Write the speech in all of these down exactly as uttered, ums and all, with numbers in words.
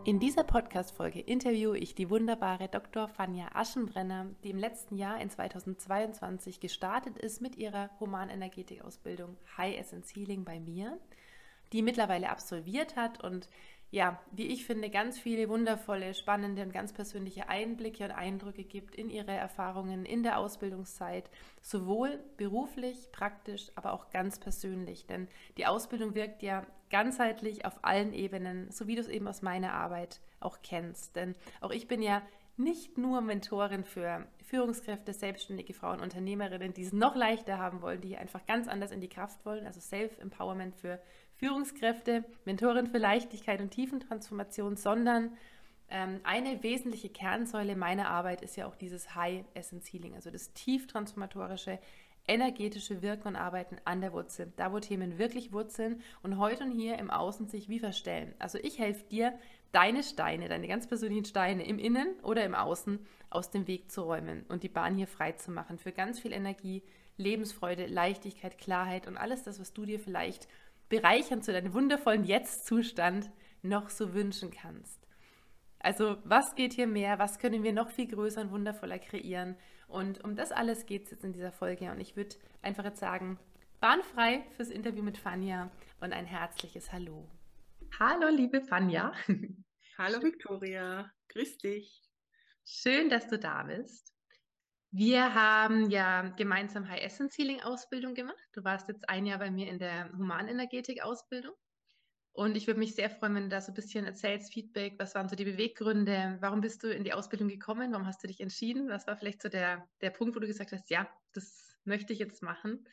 In dieser Podcast-Folge interviewe ich die wunderbare Doktor Vanja Aschenbrenner, die im letzten Jahr in zweitausendzweiundzwanzig gestartet ist mit ihrer Humanenergetik-Ausbildung High Essence Healing bei mir, die mittlerweile absolviert hat und ja, wie ich finde, ganz viele wundervolle, spannende und ganz persönliche Einblicke und Eindrücke gibt in ihre Erfahrungen in der Ausbildungszeit, sowohl beruflich, praktisch, aber auch ganz persönlich. Denn die Ausbildung wirkt ja ganzheitlich auf allen Ebenen, so wie du es eben aus meiner Arbeit auch kennst. Denn auch ich bin ja nicht nur Mentorin für Führungskräfte, selbstständige Frauen, Unternehmerinnen, die es noch leichter haben wollen, die einfach ganz anders in die Kraft wollen, also Self-Empowerment für Führungskräfte, Mentorin für Leichtigkeit und Tiefentransformation, sondern ähm, eine wesentliche Kernsäule meiner Arbeit ist ja auch dieses High Essence Healing, also das tief-transformatorische, energetische Wirken und Arbeiten an der Wurzel, da wo Themen wirklich wurzeln und heute und hier im Außen sich wie verstellen. Also ich helfe dir, deine Steine, deine ganz persönlichen Steine im Innen oder im Außen aus dem Weg zu räumen und die Bahn hier frei zu machen für ganz viel Energie, Lebensfreude, Leichtigkeit, Klarheit und alles das, was du dir vielleicht bereichernd zu deinem wundervollen Jetzt-Zustand noch so wünschen kannst. Also was geht hier mehr? Was können wir noch viel größer und wundervoller kreieren? Und um das alles geht es jetzt in dieser Folge. Und ich würde einfach jetzt sagen, bahnfrei fürs Interview mit Vanja und ein herzliches Hallo. Hallo, liebe Vanja. Hallo Victoria, grüß dich. Schön, dass du da bist. Wir haben ja gemeinsam High Essence Healing Ausbildung gemacht. Du warst jetzt ein Jahr bei mir in der Humanenergetik Ausbildung. Und ich würde mich sehr freuen, wenn du da so ein bisschen erzählst, Feedback, was waren so die Beweggründe, warum bist du in die Ausbildung gekommen, warum hast du dich entschieden, was war vielleicht so der, der Punkt, wo du gesagt hast, ja, das möchte ich jetzt machen?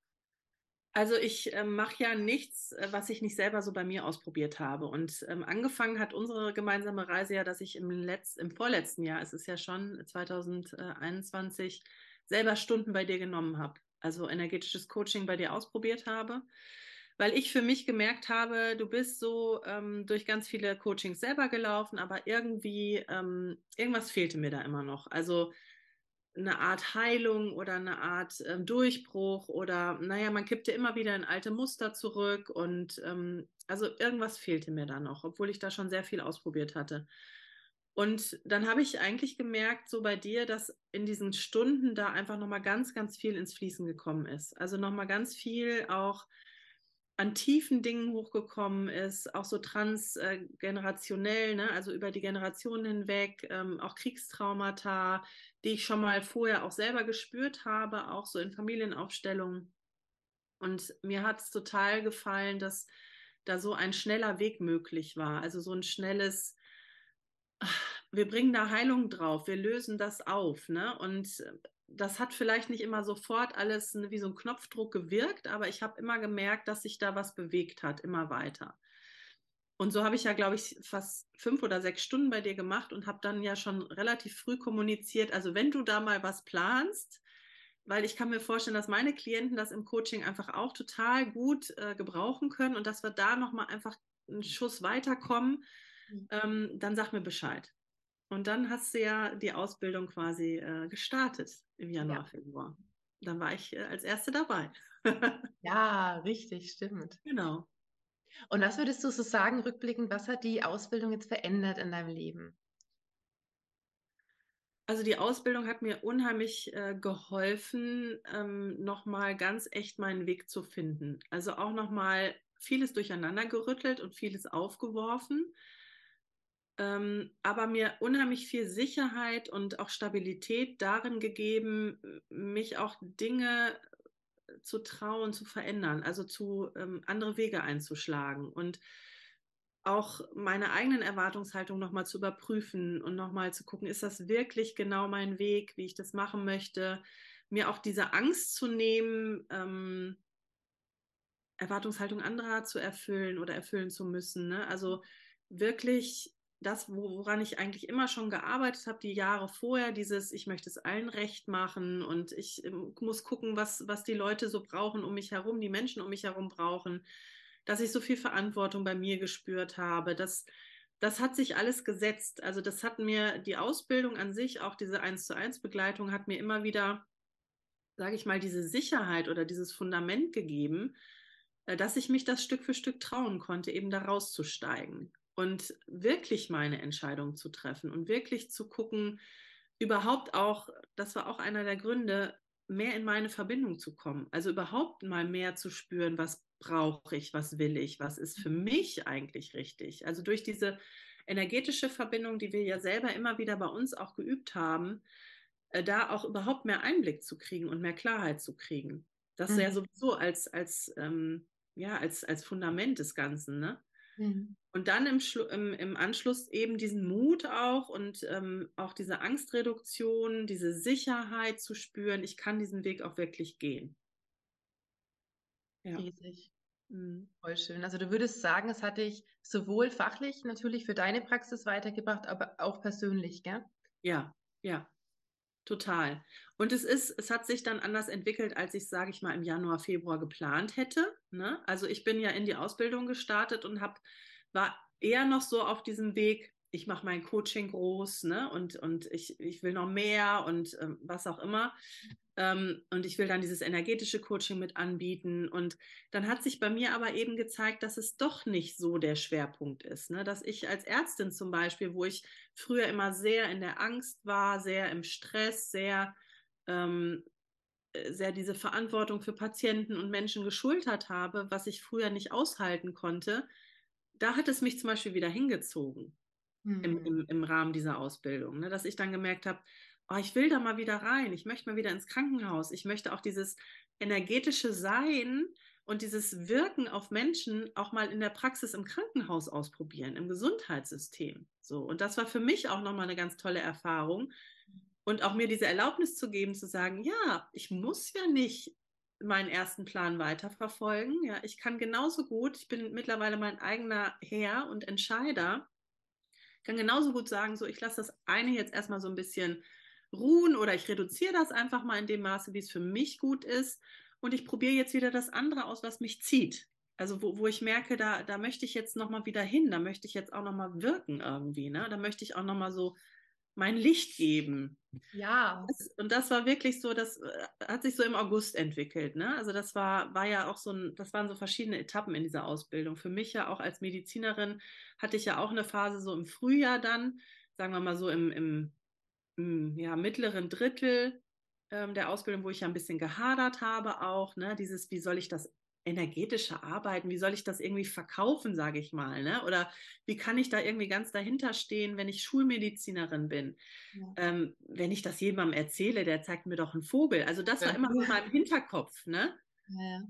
Also ich äh, mache ja nichts, äh, was ich nicht selber so bei mir ausprobiert habe. Und ähm, angefangen hat unsere gemeinsame Reise ja, dass ich im, Letz-, im vorletzten Jahr, es ist ja schon zweitausendeinundzwanzig, selber Stunden bei dir genommen habe. Also energetisches Coaching bei dir ausprobiert habe. Weil ich für mich gemerkt habe, du bist so ähm, durch ganz viele Coachings selber gelaufen, aber irgendwie, ähm, irgendwas fehlte mir da immer noch. Also eine Art Heilung oder eine Art ähm, Durchbruch oder naja, man kippte immer wieder in alte Muster zurück und ähm, also irgendwas fehlte mir da noch, obwohl ich da schon sehr viel ausprobiert hatte. Und dann habe ich eigentlich gemerkt, so bei dir, dass in diesen Stunden da einfach nochmal ganz, ganz viel ins Fließen gekommen ist. Also nochmal ganz viel auch an tiefen Dingen hochgekommen ist, auch so transgenerationell, ne? Also über die Generationen hinweg, ähm, auch Kriegstraumata, die ich schon mal vorher auch selber gespürt habe, auch so in Familienaufstellungen. Und mir hat es total gefallen, dass da so ein schneller Weg möglich war. Also so ein schnelles, wir bringen da Heilung drauf, wir lösen das auf, ne? Und das hat vielleicht nicht immer sofort alles wie so ein Knopfdruck gewirkt, aber ich habe immer gemerkt, dass sich da was bewegt hat, immer weiter. Und so habe ich ja, glaube ich, fast fünf oder sechs Stunden bei dir gemacht und habe dann ja schon relativ früh kommuniziert, also wenn du da mal was planst, weil ich kann mir vorstellen, dass meine Klienten das im Coaching einfach auch total gut äh, gebrauchen können und dass wir da nochmal einfach einen Schuss weiterkommen, ähm, dann sag mir Bescheid. Und dann hast du ja die Ausbildung quasi äh, gestartet im Ja. Januar, Februar. Dann war ich äh, als Erste dabei. Ja, richtig, stimmt. Genau. Und was würdest du so sagen, rückblickend, was hat die Ausbildung jetzt verändert in deinem Leben? Also die Ausbildung hat mir unheimlich äh, geholfen, ähm, nochmal ganz echt meinen Weg zu finden. Also auch nochmal vieles durcheinander gerüttelt und vieles aufgeworfen, ähm, aber mir unheimlich viel Sicherheit und auch Stabilität darin gegeben, mich auch Dinge zu trauen, zu verändern, also zu ähm, andere Wege einzuschlagen und auch meine eigenen Erwartungshaltungen nochmal zu überprüfen und nochmal zu gucken, ist das wirklich genau mein Weg, wie ich das machen möchte, mir auch diese Angst zu nehmen, ähm, Erwartungshaltung anderer zu erfüllen oder erfüllen zu müssen. Ne? Also wirklich das, woran ich eigentlich immer schon gearbeitet habe, die Jahre vorher, dieses, ich möchte es allen recht machen und ich ähm, muss gucken, was, was die Leute so brauchen um mich herum, die Menschen um mich herum brauchen, dass ich so viel Verantwortung bei mir gespürt habe, dass das hat sich alles gesetzt. Also das hat mir die Ausbildung an sich, auch diese eins zu eins Begleitung, hat mir immer wieder, sage ich mal, diese Sicherheit oder dieses Fundament gegeben, dass ich mich das Stück für Stück trauen konnte, eben da rauszusteigen. und wirklich meine Entscheidung zu treffen und wirklich zu gucken, überhaupt auch, das war auch einer der Gründe, mehr in meine Verbindung zu kommen. Also überhaupt mal mehr zu spüren, was brauche ich, was will ich, was ist für mich eigentlich richtig. Also durch diese energetische Verbindung, die wir ja selber immer wieder bei uns auch geübt haben, äh, da auch überhaupt mehr Einblick zu kriegen und mehr Klarheit zu kriegen. Das ist ja Mhm. sowieso als, als, ähm, ja, als, als Fundament des Ganzen, ne? Mhm. Und dann im, im, im Anschluss eben diesen Mut auch und ähm, auch diese Angstreduktion, diese Sicherheit zu spüren, ich kann diesen Weg auch wirklich gehen. Ja. Riesig. Mhm. Voll schön. Also du würdest sagen, es hat dich sowohl fachlich natürlich für deine Praxis weitergebracht, aber auch persönlich, gell? Ja, ja, total. Und es ist, es hat sich dann anders entwickelt, als ich, sage ich mal, im Januar, Februar geplant hätte. Ne? Also ich bin ja in die Ausbildung gestartet und hab, war eher noch so auf diesem Weg, ich mache mein Coaching groß, ne? Und, und ich, ich will noch mehr und ähm, was auch immer. Ähm, und ich will dann dieses energetische Coaching mit anbieten. Und dann hat sich bei mir aber eben gezeigt, dass es doch nicht so der Schwerpunkt ist. Ne? Dass ich als Ärztin zum Beispiel, wo ich früher immer sehr in der Angst war, sehr im Stress, sehr, ähm, sehr diese Verantwortung für Patienten und Menschen geschultert habe, was ich früher nicht aushalten konnte, da hat es mich zum Beispiel wieder hingezogen im, Mhm. im, im Rahmen dieser Ausbildung, ne? Dass ich dann gemerkt habe, oh, ich will da mal wieder rein, ich möchte mal wieder ins Krankenhaus, ich möchte auch dieses energetische Sein und dieses Wirken auf Menschen auch mal in der Praxis im Krankenhaus ausprobieren, im Gesundheitssystem. So, und das war für mich auch nochmal eine ganz tolle Erfahrung. Und auch mir diese Erlaubnis zu geben, zu sagen, ja, ich muss ja nicht meinen ersten Plan weiterverfolgen. Ja, ich kann genauso gut, ich bin mittlerweile mein eigener Herr und Entscheider, kann genauso gut sagen, so, ich lasse das eine jetzt erstmal so ein bisschen ruhen oder ich reduziere das einfach mal in dem Maße, wie es für mich gut ist. Und ich probiere jetzt wieder das andere aus, was mich zieht. Also wo, wo ich merke, da, da möchte ich jetzt nochmal wieder hin, da möchte ich jetzt auch nochmal wirken irgendwie, ne? Da möchte ich auch nochmal so mein Licht geben. Ja. Das, und das war wirklich so, das äh, hat sich so im August entwickelt, ne? Also das war, war ja auch so ein, das waren so verschiedene Etappen in dieser Ausbildung. Für mich ja auch als Medizinerin hatte ich ja auch eine Phase so im Frühjahr dann, sagen wir mal so im, im, im ja, mittleren Drittel ähm, der Ausbildung, wo ich ja ein bisschen gehadert habe auch, ne? Dieses, wie soll ich das energetische Arbeiten, wie soll ich das irgendwie verkaufen, sage ich mal, ne? Oder wie kann ich da irgendwie ganz dahinter stehen, wenn ich Schulmedizinerin bin? Ja. Ähm, wenn ich das jemandem erzähle, der zeigt mir doch einen Vogel. Also das war immer so in meinem Hinterkopf, ne? Ja.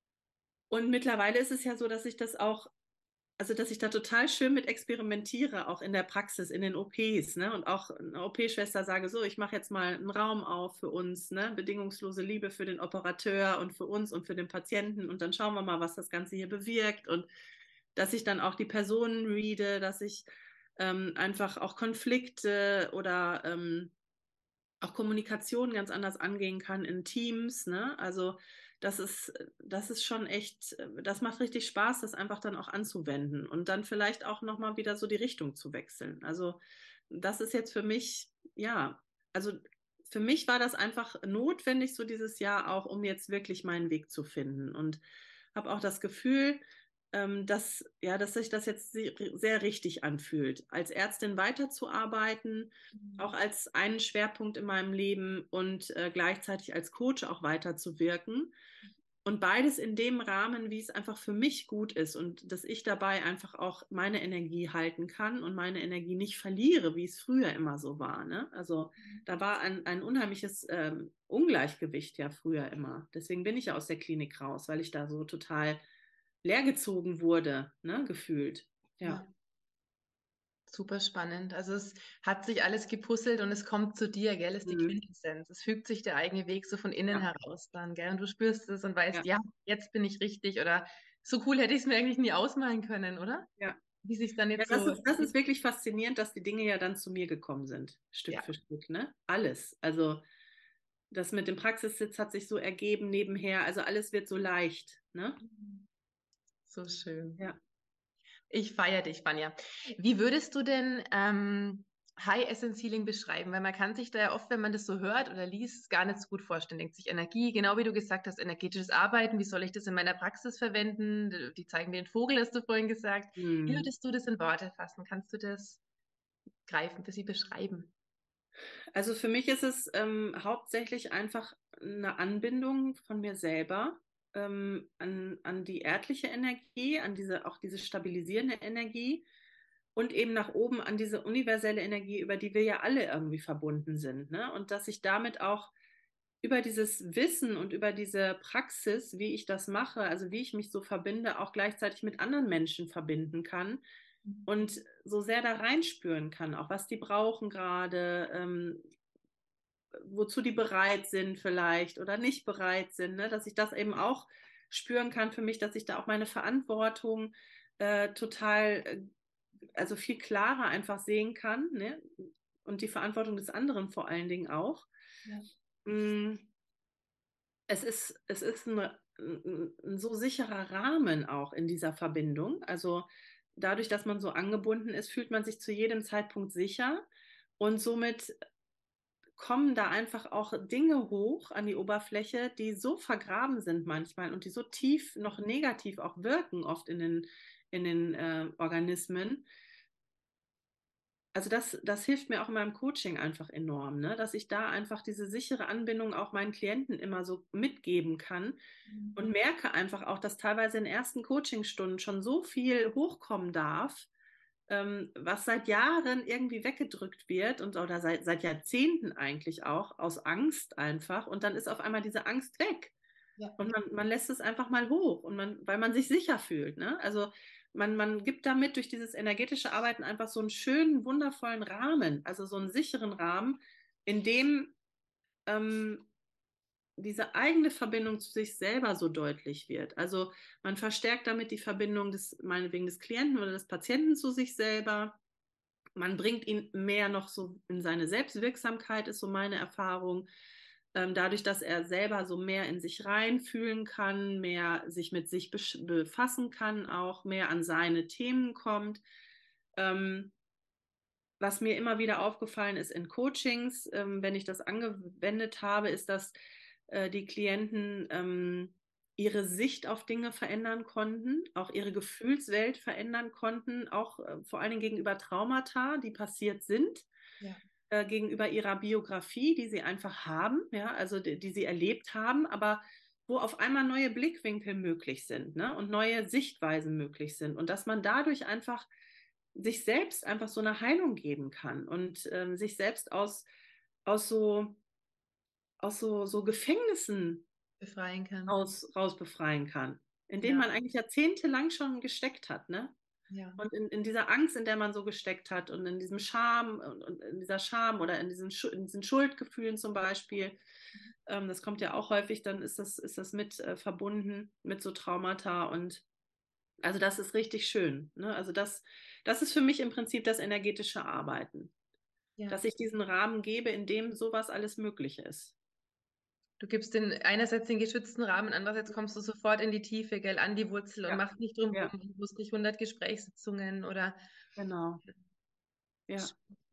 Und mittlerweile ist es ja so, dass ich das auch, also dass ich da total schön mit experimentiere, auch in der Praxis, in den O Ps, ne? Und auch eine O P-Schwester sage, so, ich mache jetzt mal einen Raum auf für uns, ne? Bedingungslose Liebe für den Operateur und für uns und für den Patienten und dann schauen wir mal, was das Ganze hier bewirkt und dass ich dann auch die Personen reade, dass ich ähm, einfach auch Konflikte oder ähm, auch Kommunikation ganz anders angehen kann in Teams, ne? Also das ist, das ist schon echt, das macht richtig Spaß, das einfach dann auch anzuwenden und dann vielleicht auch nochmal wieder so die Richtung zu wechseln. Also das ist jetzt für mich, ja, also für mich war das einfach notwendig, so dieses Jahr auch, um jetzt wirklich meinen Weg zu finden und habe auch das Gefühl, ähm, dass, ja, dass sich das jetzt sehr richtig anfühlt, als Ärztin weiterzuarbeiten, auch als einen Schwerpunkt in meinem Leben und äh, gleichzeitig als Coach auch weiterzuwirken. Und beides in dem Rahmen, wie es einfach für mich gut ist und dass ich dabei einfach auch meine Energie halten kann und meine Energie nicht verliere, wie es früher immer so war. Ne? Also da war ein, ein unheimliches ähm, Ungleichgewicht ja früher immer. Deswegen bin ich ja aus der Klinik raus, weil ich da so total leergezogen wurde, ne? Gefühlt. Ja. Ja. Super spannend. Also es hat sich alles gepuzzelt und es kommt zu dir, gell, ist die Mhm. Quintessenz. Es fügt sich der eigene Weg so von innen Ja, heraus dann, gell? Und du spürst es und weißt, ja, ja, jetzt bin ich richtig oder so cool hätte ich es mir eigentlich nie ausmalen können, oder? ja. Wie sich dann Ja, jetzt das so, ist, das ist wirklich faszinierend, dass die Dinge ja dann zu mir gekommen sind, Stück ja, für Stück, ne? Alles. Also das mit dem Praxissitz hat sich so ergeben nebenher. Also alles wird so leicht, ne? so schön. Ja. Ich feiere dich, Vanja. Wie würdest du denn ähm, High Essence Healing beschreiben? Weil man kann sich da ja oft, wenn man das so hört oder liest, gar nicht so gut vorstellen. Denkt sich Energie, genau wie du gesagt hast, energetisches Arbeiten, wie soll ich das in meiner Praxis verwenden? Die zeigen mir den Vogel, hast du vorhin gesagt. Wie Hm. würdest du das in Worte fassen? Kannst du das greifen, für sie beschreiben? Also für mich ist es ähm, hauptsächlich einfach eine Anbindung von mir selber ähm, an, an die erdliche Energie, an diese, auch diese stabilisierende Energie und eben nach oben an diese universelle Energie, über die wir ja alle irgendwie verbunden sind. Ne? Und dass ich damit auch über dieses Wissen und über diese Praxis, wie ich das mache, also wie ich mich so verbinde, auch gleichzeitig mit anderen Menschen verbinden kann und so sehr da reinspüren kann, auch was die brauchen gerade, ähm, wozu die bereit sind vielleicht oder nicht bereit sind, ne? Dass ich das eben auch spüren kann für mich, dass ich da auch meine Verantwortung äh, total, äh, also viel klarer einfach sehen kann, ne? Und die Verantwortung des anderen vor allen Dingen auch. Ja. Mm, Es ist, es ist ein, ein, ein so sicherer Rahmen auch in dieser Verbindung. Also dadurch, dass man so angebunden ist, fühlt man sich zu jedem Zeitpunkt sicher und somit kommen da einfach auch Dinge hoch an die Oberfläche, die so vergraben sind manchmal und die so tief noch negativ auch wirken, oft in den, in den äh, Organismen. Also das, das hilft mir auch in meinem Coaching einfach enorm, ne? Dass ich da einfach diese sichere Anbindung auch meinen Klienten immer so mitgeben kann Mhm. und merke einfach auch, dass teilweise in den ersten Coachingstunden schon so viel hochkommen darf, ähm, was seit Jahren irgendwie weggedrückt wird und oder seit, seit Jahrzehnten eigentlich auch aus Angst einfach. Und dann ist auf einmal diese Angst weg. Ja. Und man, man lässt es einfach mal hoch und man, weil man sich sicher fühlt. Ne? Also man, man gibt damit durch dieses energetische Arbeiten einfach so einen schönen, wundervollen Rahmen, also so einen sicheren Rahmen, in dem ähm, diese eigene Verbindung zu sich selber so deutlich wird. Also man verstärkt damit die Verbindung des, meinetwegen des Klienten oder des Patienten zu sich selber. Man bringt ihn mehr noch so in seine Selbstwirksamkeit, ist so meine Erfahrung. Ähm, dadurch, dass er selber so mehr in sich reinfühlen kann, mehr sich mit sich befassen kann, auch mehr an seine Themen kommt. Ähm, was mir immer wieder aufgefallen ist in Coachings, ähm, wenn ich das angewendet habe, ist, dass äh, die Klienten ähm, ihre Sicht auf Dinge verändern konnten, auch ihre Gefühlswelt verändern konnten, auch äh, vor allen Dingen gegenüber Traumata, die passiert sind, Ja. äh, gegenüber ihrer Biografie, die sie einfach haben, ja, also die, die sie erlebt haben, aber wo auf einmal neue Blickwinkel möglich sind, ne, und neue Sichtweisen möglich sind und dass man dadurch einfach sich selbst einfach so eine Heilung geben kann und ähm, sich selbst aus, aus so, aus so, so Gefängnissen Befreien kann. raus, raus befreien kann, in denen Ja. man eigentlich jahrzehntelang schon gesteckt hat, ne? Ja. Und in, in dieser Angst, in der man so gesteckt hat und in diesem Scham und, und in dieser Scham oder in diesen, in diesen Schuldgefühlen zum Beispiel, ähm, das kommt ja auch häufig, dann ist das, ist das mit äh, verbunden mit so Traumata und also das ist richtig schön. Ne? Also das, das ist für mich im Prinzip das energetische Arbeiten, Ja. dass ich diesen Rahmen gebe, in dem sowas alles möglich ist. Du gibst den einerseits den geschützten Rahmen, andererseits kommst du sofort in die Tiefe, gell, an die Wurzel und Ja, machst nicht drum rum, ja, du musst nicht hundert Gesprächssitzungen oder. genau. Ja.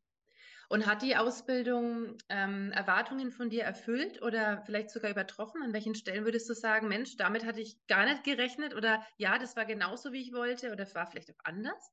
Und hat die Ausbildung ähm, Erwartungen von dir erfüllt oder vielleicht sogar übertroffen? An welchen Stellen würdest du sagen, Mensch, damit hatte ich gar nicht gerechnet oder ja, das war genauso, wie ich wollte oder war vielleicht auch anders?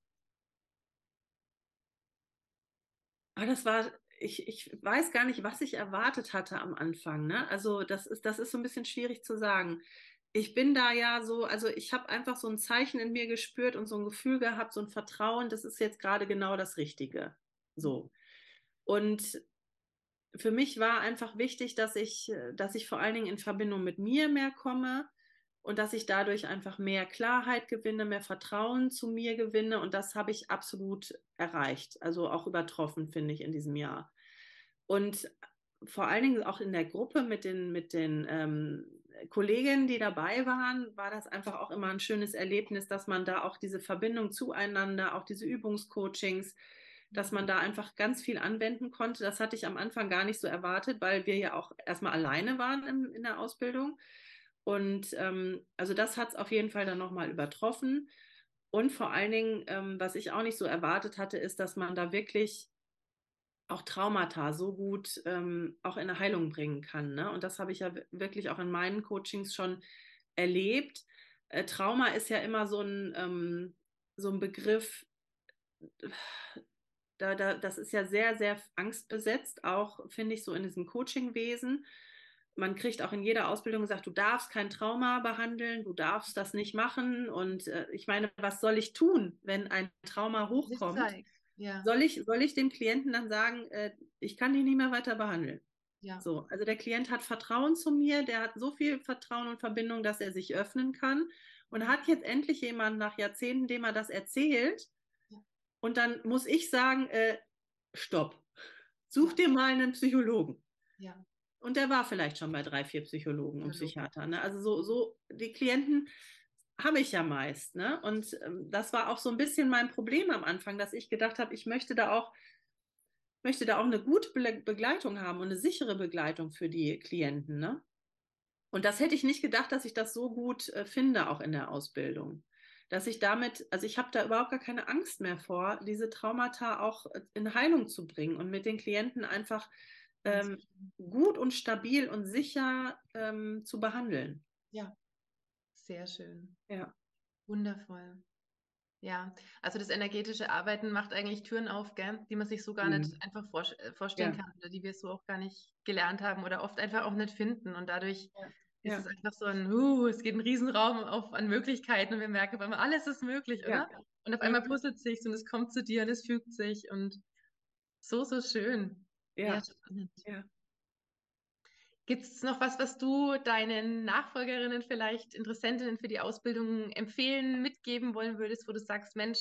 Aber das war, ich, ich weiß gar nicht, was ich erwartet hatte am Anfang. Ne? Also das ist, das ist so ein bisschen schwierig zu sagen. Ich bin da ja so, also ich habe einfach so ein Zeichen in mir gespürt und so ein Gefühl gehabt, so ein Vertrauen, das ist jetzt gerade genau das Richtige. So. Und für mich war einfach wichtig, dass ich, dass ich vor allen Dingen in Verbindung mit mir mehr komme und dass ich dadurch einfach mehr Klarheit gewinne, mehr Vertrauen zu mir gewinne. Und das habe ich absolut erreicht, also auch übertroffen, finde ich, in diesem Jahr. Und vor allen Dingen auch in der Gruppe mit den, mit den ähm, Kolleginnen, die dabei waren, war das einfach auch immer ein schönes Erlebnis, dass man da auch diese Verbindung zueinander, auch diese Übungscoachings, dass man da einfach ganz viel anwenden konnte. Das hatte ich am Anfang gar nicht so erwartet, weil wir ja auch erstmal alleine waren in, in der Ausbildung. Und ähm, also das hat es auf jeden Fall dann nochmal übertroffen. Und vor allen Dingen, ähm, was ich auch nicht so erwartet hatte, ist, dass man da wirklich auch Traumata so gut ähm, auch in eine Heilung bringen kann. Ne? Und das habe ich ja wirklich auch in meinen Coachings schon erlebt. Äh, Trauma ist ja immer so ein, ähm, so ein Begriff, da, da, das ist ja sehr, sehr angstbesetzt, auch finde ich so in diesem Coachingwesen. Man kriegt auch in jeder Ausbildung gesagt, du darfst kein Trauma behandeln, du darfst das nicht machen. Und äh, ich meine, was soll ich tun, wenn ein Trauma Sich hochkommt? zeigt. Ja, Soll ich, soll ich dem Klienten dann sagen, äh, ich kann dich nicht mehr weiter behandeln? ja. So, also der Klient hat Vertrauen zu mir, der hat so viel Vertrauen und Verbindung, dass er sich öffnen kann und hat jetzt endlich jemanden nach Jahrzehnten, dem er das erzählt. Ja, Und dann muss ich sagen, äh, stopp, such ja, dir mal einen Psychologen. ja. Und der war vielleicht schon bei drei, vier Psychologen und Ja, logisch. Psychiatern. Ne? Also so, so, die Klienten habe ich ja meist. Ne? Und ähm, das war auch so ein bisschen mein Problem am Anfang, dass ich gedacht habe, ich möchte da auch, möchte da auch eine gute Be Begleitung haben und eine sichere Begleitung für die Klienten. Ne? Und das hätte ich nicht gedacht, dass ich das so gut äh, finde, auch in der Ausbildung. Dass ich damit, also ich habe da überhaupt gar keine Angst mehr vor, diese Traumata auch äh, in Heilung zu bringen und mit den Klienten einfach Ganz ähm, gut und stabil und sicher ähm, zu behandeln. ja, sehr schön. Ja. Wundervoll. Ja, also das energetische Arbeiten macht eigentlich Türen auf, gell, die man sich so gar nicht Mhm. einfach vor, äh, vorstellen Ja. kann oder die wir so auch gar nicht gelernt haben oder oft einfach auch nicht finden. Und dadurch Ja. ist es Ja. einfach so ein, uh, es geht ein Riesenraum auf an Möglichkeiten und wir merken auf einmal, alles ist möglich, Ja. oder? Und auf einmal Mhm. puzzelt sich's und es kommt zu dir und es fügt sich und so, so schön. Ja, Ja. spannend. Ja. Gibt es noch was, was du deinen Nachfolgerinnen vielleicht, Interessentinnen für die Ausbildung empfehlen, mitgeben wollen würdest, wo du sagst, Mensch,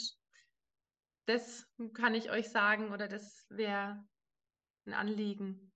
das kann ich euch sagen oder das wäre ein Anliegen?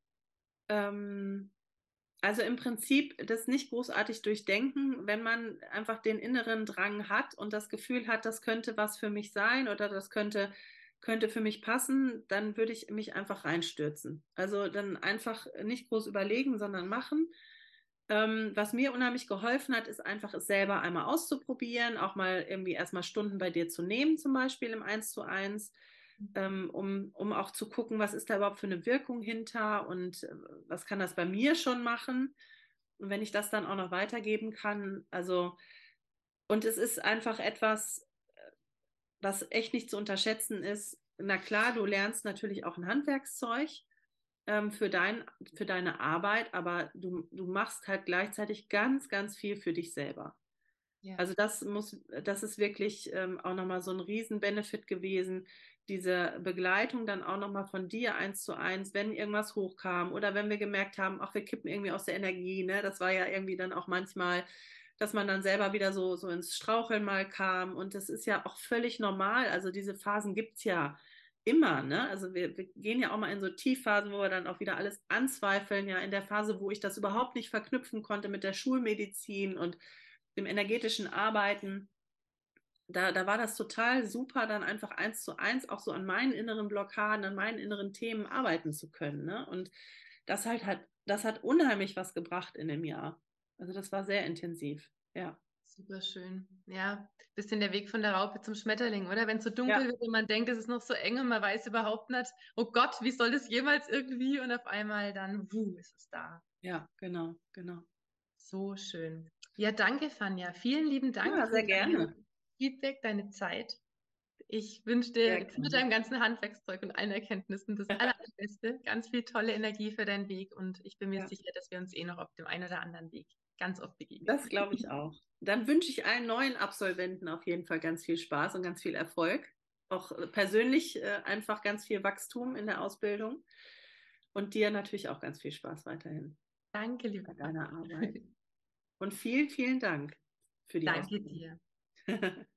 Ähm, Also im Prinzip das nicht großartig durchdenken, wenn man einfach den inneren Drang hat und das Gefühl hat, das könnte was für mich sein oder das könnte, könnte für mich passen, dann würde ich mich einfach reinstürzen. Also dann einfach nicht groß überlegen, sondern machen. Ähm, was mir unheimlich geholfen hat, ist einfach es selber einmal auszuprobieren, auch mal irgendwie erstmal Stunden bei dir zu nehmen, zum Beispiel im Eins zu eins, ähm, um, um auch zu gucken, was ist da überhaupt für eine Wirkung hinter und äh, was kann das bei mir schon machen. Und wenn ich das dann auch noch weitergeben kann, also, und es ist einfach etwas, was echt nicht zu unterschätzen ist. Na klar, du lernst natürlich auch ein Handwerkszeug ähm, für dein, für deine Arbeit, aber du, du machst halt gleichzeitig ganz, ganz viel für dich selber. Ja, Also das muss, das ist wirklich ähm, auch nochmal so ein Riesen-Benefit gewesen, diese Begleitung dann auch nochmal von dir eins zu eins, wenn irgendwas hochkam oder wenn wir gemerkt haben, ach, wir kippen irgendwie aus der Energie, ne? Das war ja irgendwie dann auch manchmal, dass man dann selber wieder so, so ins Straucheln mal kam und das ist ja auch völlig normal. Also diese Phasen gibt's ja immer, ne? Also wir, wir gehen ja auch mal in so Tiefphasen, wo wir dann auch wieder alles anzweifeln, ja, in der Phase, wo ich das überhaupt nicht verknüpfen konnte mit der Schulmedizin und dem energetischen Arbeiten, da, da war das total super, dann einfach eins zu eins auch so an meinen inneren Blockaden, an meinen inneren Themen arbeiten zu können. Ne? Und das halt hat, das hat unheimlich was gebracht in dem Jahr. Also das war sehr intensiv. Ja. super schön. Ja, bisschen der Weg von der Raupe zum Schmetterling, oder? Wenn es so dunkel Ja, wird und man denkt, es ist noch so eng und man weiß überhaupt nicht, oh Gott, wie soll das jemals irgendwie? Und auf einmal dann, wuh, ist es da. ja, genau, genau. So schön. Ja, danke, Fanja. Vielen lieben Dank Ja, für sehr dein gerne. Feedback, deine Zeit. Ich wünsche Sehr dir mit gerne. deinem ganzen Handwerkszeug und allen Erkenntnissen das aller- Allerbeste. Ganz viel tolle Energie für deinen Weg und ich bin mir Ja, sicher, dass wir uns eh noch auf dem einen oder anderen Weg ganz oft begegnen. das glaube ich auch. Dann wünsche ich allen neuen Absolventen auf jeden Fall ganz viel Spaß und ganz viel Erfolg. Auch äh, persönlich äh, einfach ganz viel Wachstum in der Ausbildung. Und dir natürlich auch ganz viel Spaß weiterhin Danke, liebe bei Fanja. deiner Arbeit. Und vielen, vielen Dank für die Danke Ausbildung. dir.